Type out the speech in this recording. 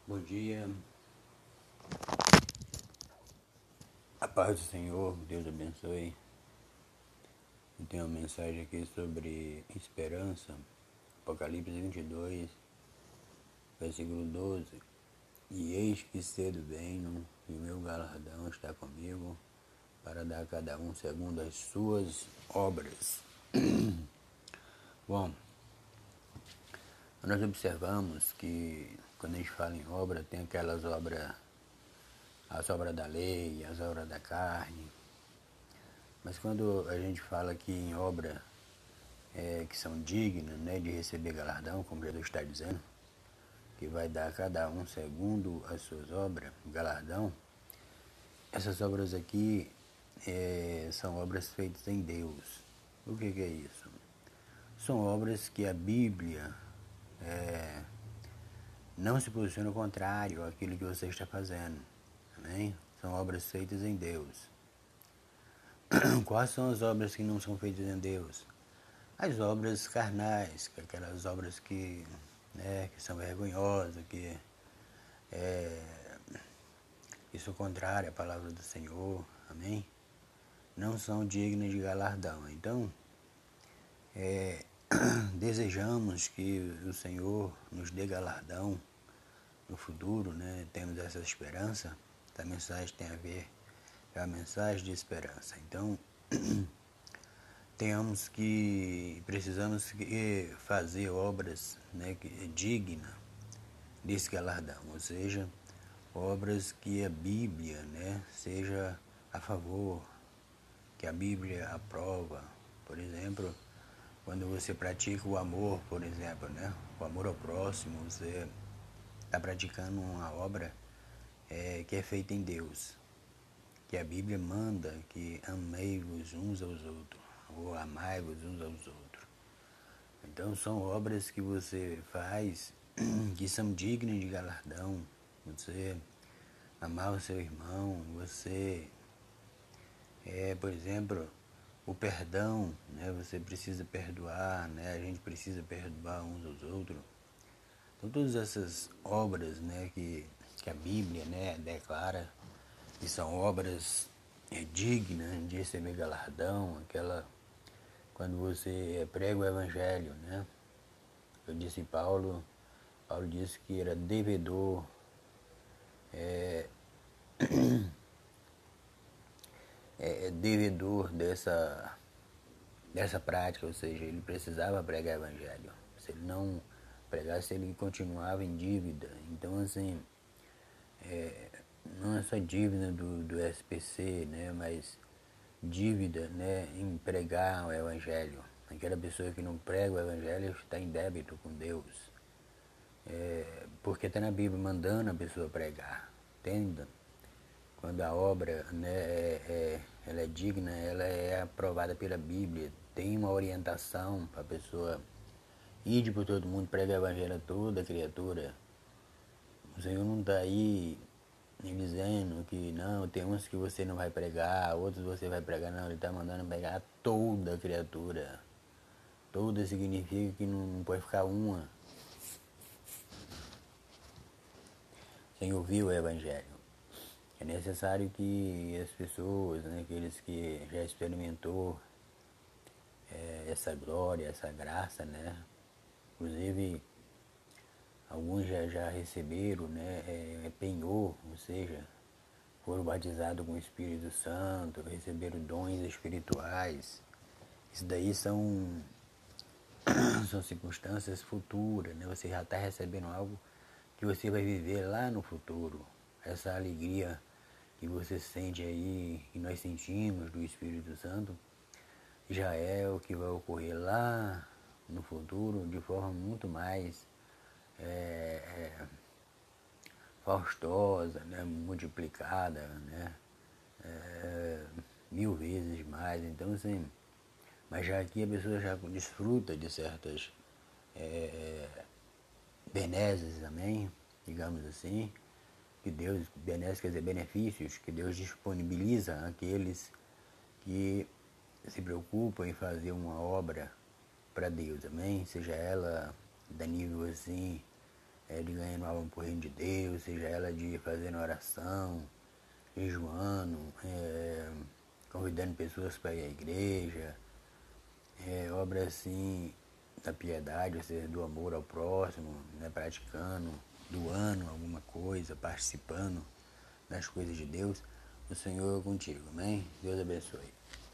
Bom dia, a paz do Senhor, Deus abençoe. Eu tenho uma mensagem aqui sobre esperança, Apocalipse 22, versículo 12. E eis que cedo venho, e o meu galardão está comigo, para dar a cada um segundo as suas obras. Bom, nós observamos que quando a gente fala em obra, tem aquelas obras, as obras da lei, as obras da carne. Mas quando a gente fala aqui em obra que são dignas, né, de receber galardão, como Jesus está dizendo, que vai dar a cada um segundo as suas obras, galardão, essas obras aqui são obras feitas em Deus. O que é isso? São obras que a Bíblia não se posiciona contrário àquilo que você está fazendo. Amém? São obras feitas em Deus. Quais são as obras que não são feitas em Deus? As obras carnais, aquelas obras que são vergonhosas, que isso é contrário à palavra do Senhor, amém? Não são dignas de galardão. Então, desejamos que o Senhor nos dê galardão no futuro, né? Temos essa esperança. Essa mensagem tem a ver com a mensagem de esperança. Então, precisamos fazer obras, né, dignas desse galardão, ou seja, obras que a Bíblia, né, seja a favor, que a Bíblia aprova. Por exemplo, quando você pratica o amor, por exemplo, né, o amor ao próximo, você está praticando uma obra que é feita em Deus, que a Bíblia manda que amei-vos uns aos outros, ou amai-vos uns aos outros. Então são obras que você faz que são dignas de galardão. Você amar o seu irmão, você, por exemplo, o perdão, né? Você precisa perdoar, né? A gente precisa perdoar uns aos outros. Então todas essas obras, né, que a Bíblia, né, declara que são obras dignas de receber galardão, quando você prega o Evangelho, né? Eu disse Paulo disse que era devedor devedor dessa prática, ou seja, ele precisava pregar o Evangelho. Se ele não pregasse, ele continuava em dívida. Então, assim, não é só dívida do SPC, né, mas dívida, né, em pregar o Evangelho. Aquela pessoa que não prega o Evangelho está em débito com Deus. Porque está na Bíblia mandando a pessoa pregar, entenda? Quando a obra, né, ela é digna, ela é aprovada pela Bíblia, tem uma orientação para a pessoa ir por todo mundo, pregar o Evangelho a toda criatura. O Senhor não está aí dizendo que não, tem uns que você não vai pregar, outros você vai pregar, não, Ele está mandando pregar a toda criatura. Toda significa que não pode ficar uma sem ouvir o Evangelho. É necessário que as pessoas, né, aqueles que já experimentou essa glória, essa graça, né, inclusive alguns já receberam, né, penhor, ou seja, foram batizados com o Espírito Santo, receberam dons espirituais. Isso daí são circunstâncias futuras, né? Você já está recebendo algo que você vai viver lá no futuro. Essa alegria que você sente aí, que nós sentimos do Espírito Santo, já é o que vai ocorrer lá no futuro de forma muito mais faustosa, né? Multiplicada, né? 1000 vezes mais. Então, assim, mas já aqui a pessoa já desfruta de certas benesses também, digamos assim, que Deus, benesses quer dizer benefícios, que Deus disponibiliza àqueles que se preocupam em fazer uma obra para Deus, amém? Seja ela da nível assim, de ganhando alma por reino de Deus, seja ela de fazendo oração, jejuando, convidando pessoas para ir à igreja, obras assim da piedade, ou seja, do amor ao próximo, né, praticando, doando alguma coisa, participando das coisas de Deus. O Senhor é contigo, amém? Deus abençoe.